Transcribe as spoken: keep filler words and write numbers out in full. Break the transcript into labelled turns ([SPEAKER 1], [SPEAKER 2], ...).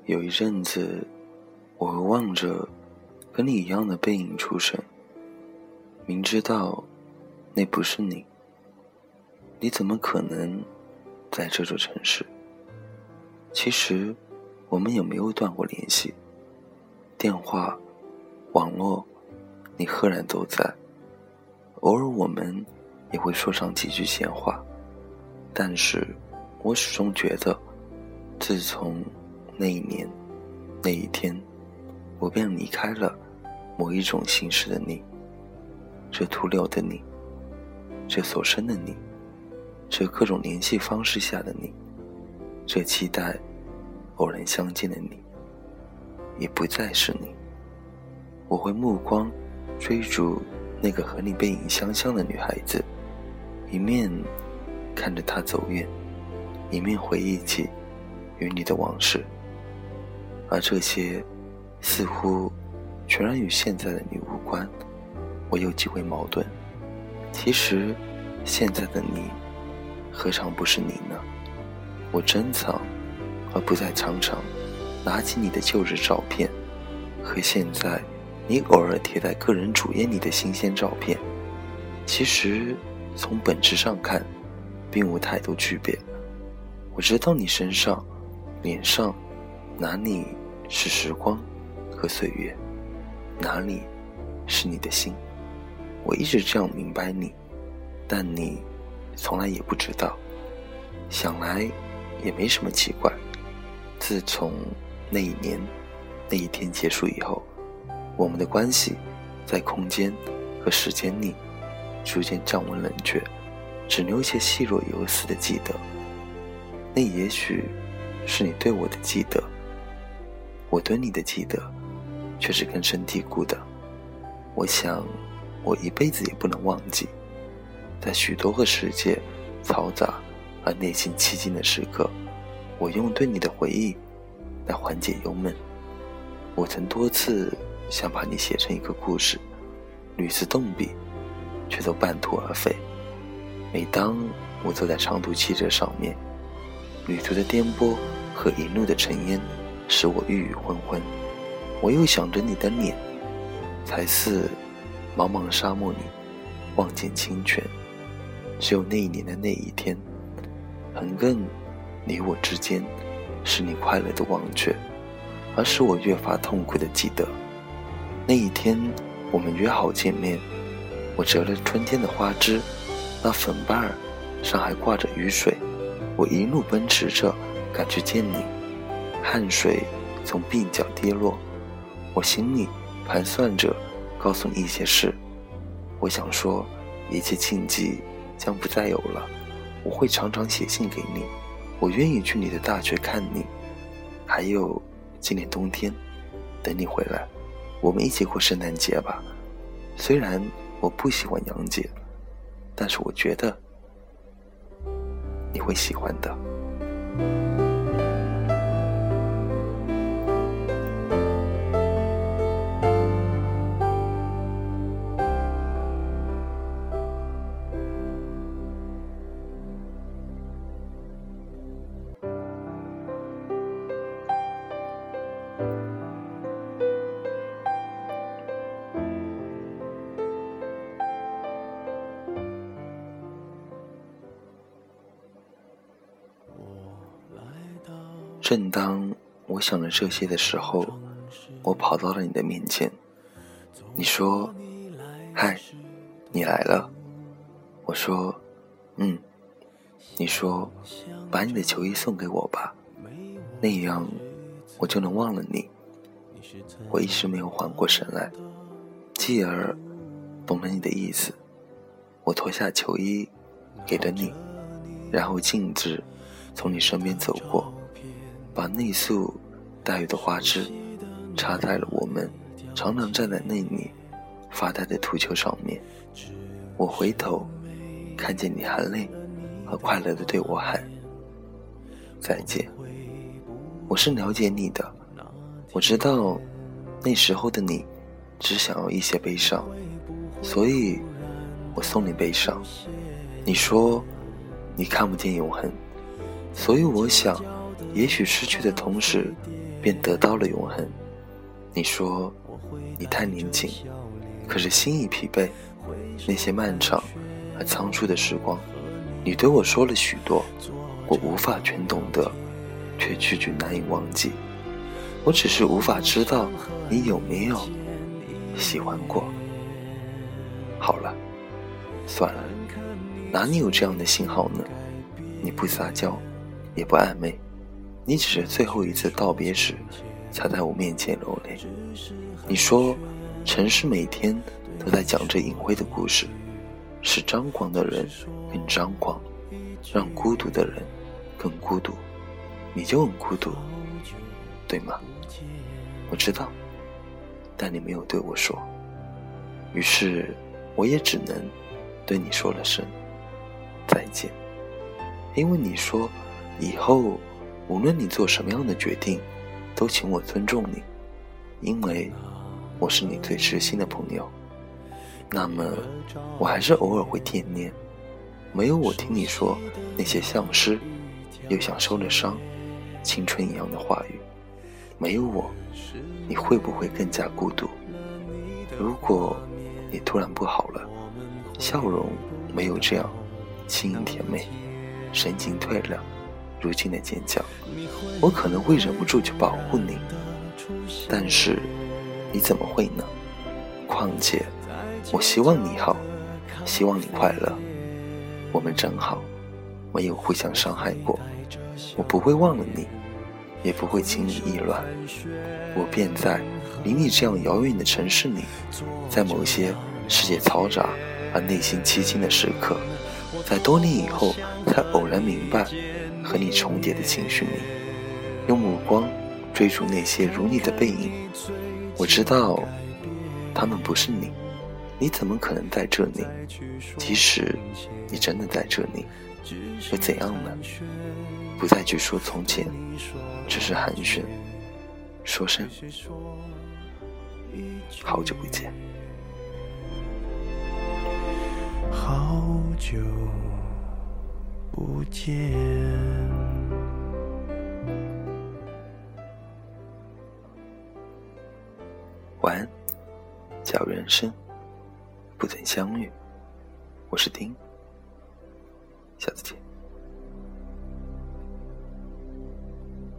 [SPEAKER 1] 有一阵子，我会望着跟你一样的背影出神，明知道那不是你，你怎么可能在这座城市？其实我们也没有断过联系，电话、网络，你赫然都在。偶尔我们也会说上几句闲话，但是我始终觉得，自从那一年那一天，我便离开了某一种形式的你，这徒留的你，这所生的你，这各种联系方式下的你，这期待偶然相见的你，也不再是你。我会目光追逐那个和你背影相像的女孩子，一面看着她走远，一面回忆起与你的往事，而这些似乎全然与现在的你无关。我有几回矛盾，其实现在的你何尝不是你呢？我珍藏而不再常常拿起你的旧日照片，和现在你偶尔贴在个人主页里的新鲜照片，其实从本质上看并无太多区别。我知道你身上脸上哪里是时光和岁月，哪里是你的心。我一直这样明白你，但你从来也不知道。想来也没什么奇怪，自从那一年那一天结束以后，我们的关系在空间和时间里逐渐降温冷却，只留些细若游丝的记得。那也许是你对我的记得，我对你的记得却是根深蒂固的。我想我一辈子也不能忘记，在许多个世界嘈杂而内心寂静的时刻，我用对你的回忆来缓解忧闷。我曾多次想把你写成一个故事，屡次动笔，却都半途而废。每当我坐在长途汽车上面，旅途的颠簸和一路的尘烟使我郁郁昏昏，我又想着你的脸，才似茫茫沙漠里望见清泉。只有那一年的那一天，横亘你我之间是你快乐的忘却，而使我越发痛苦的记得。那一天我们约好见面，我折了春天的花枝，那粉瓣儿上还挂着雨水，我一路奔驰着赶去见你，汗水从鬓角跌落，我心里盘算着告诉你一些事。我想说，一切禁忌将不再有了，我会常常写信给你，我愿意去你的大学看你，还有今年冬天等你回来，我们一起过圣诞节吧。虽然我不喜欢洋节，但是我觉得你会喜欢的。正当我想着这些的时候，我跑到了你的面前。你说：“嗨，你来了。”我说：“嗯。”你说：“把你的球衣送给我吧，那样我就能忘了你。”我一时没有缓过神来，继而懂了你的意思。我脱下球衣给了你，然后径直从你身边走过，把那束带雨的花枝插在了我们常常站在那里发呆的土丘上面。我回头看见你含泪和快乐地对我喊再见。我是了解你的，我知道那时候的你只想要一些悲伤，所以我送你悲伤。你说你看不见永恒，所以我想也许失去的同时便得到了永恒。你说你太年轻，可是心已疲惫。那些漫长而仓促的时光，你对我说了许多，我无法全懂得，却句句难以忘记。我只是无法知道你有没有喜欢过。好了，算了，哪里有这样的信号呢？你不撒娇，也不暧昧，你只是最后一次道别时才在我面前流泪。你说城市每天都在讲着隐晦的故事，使张狂的人更张狂，让孤独的人更孤独。你就很孤独，对吗？我知道，但你没有对我说，于是我也只能对你说了声再见。因为你说以后无论你做什么样的决定，都请我尊重你，因为我是你最知心的朋友。那么我还是偶尔会惦念，没有我听你说那些像诗又像受了伤青春一样的话语，没有我你会不会更加孤独？如果你突然不好了，笑容没有这样轻盈甜美，神情退了如今的坚强，我可能会忍不住去保护你，但是你怎么会呢？况且我希望你好，希望你快乐，我们真好，没有互相伤害过。我不会忘了你，也不会轻易意乱。我便在离你这样遥远的城市里，在某些世界嘈杂而内心凄清的时刻，在多年以后才偶然明白和你重叠的情绪里，用目光追逐那些如你的背影。我知道他们不是你，你怎么可能在这里？即使你真的在这里，又怎样呢？不再去说从前，只是寒暄，说声好久不见。
[SPEAKER 2] 好久不见。
[SPEAKER 1] 晚安，假如人生不曾相遇，我是丁，下次见。